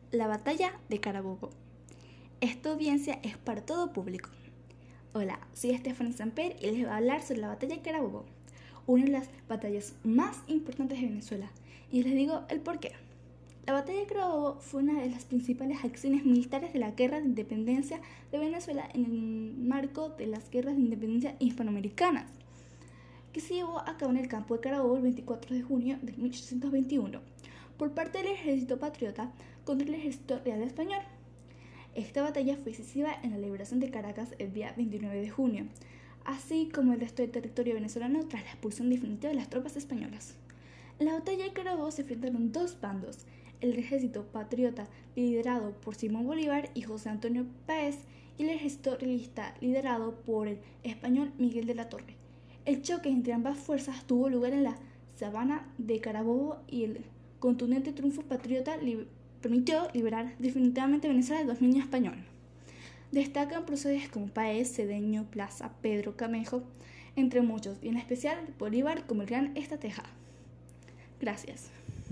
La batalla de Carabobo. Esta audiencia es para todo público. Hola, soy Stephanie Samper y les voy a hablar sobre la batalla de Carabobo, una de las batallas más importantes de Venezuela, y les digo el porqué. La batalla de Carabobo fue una de las principales acciones militares de la Guerra de Independencia de Venezuela en el marco de las guerras de independencia hispanoamericanas, que se llevó a cabo en el campo de Carabobo el 24 de junio de 1821 por parte del ejército patriota contra el ejército real español. Esta batalla fue decisiva en la liberación de Caracas el día 29 de junio, así como el resto del territorio venezolano tras la expulsión definitiva de las tropas españolas. En la batalla de Carabobo se enfrentaron dos bandos, el ejército patriota liderado por Simón Bolívar y José Antonio Páez y el ejército realista liderado por el español Miguel de la Torre. El choque entre ambas fuerzas tuvo lugar en la sabana de Carabobo y el contundente triunfo patriota permitió liberar definitivamente Venezuela del dominio español. Destacan próceres como Páez, Cedeño, Plaza, Pedro Camejo, entre muchos, y en especial Bolívar como el gran estratega. Gracias.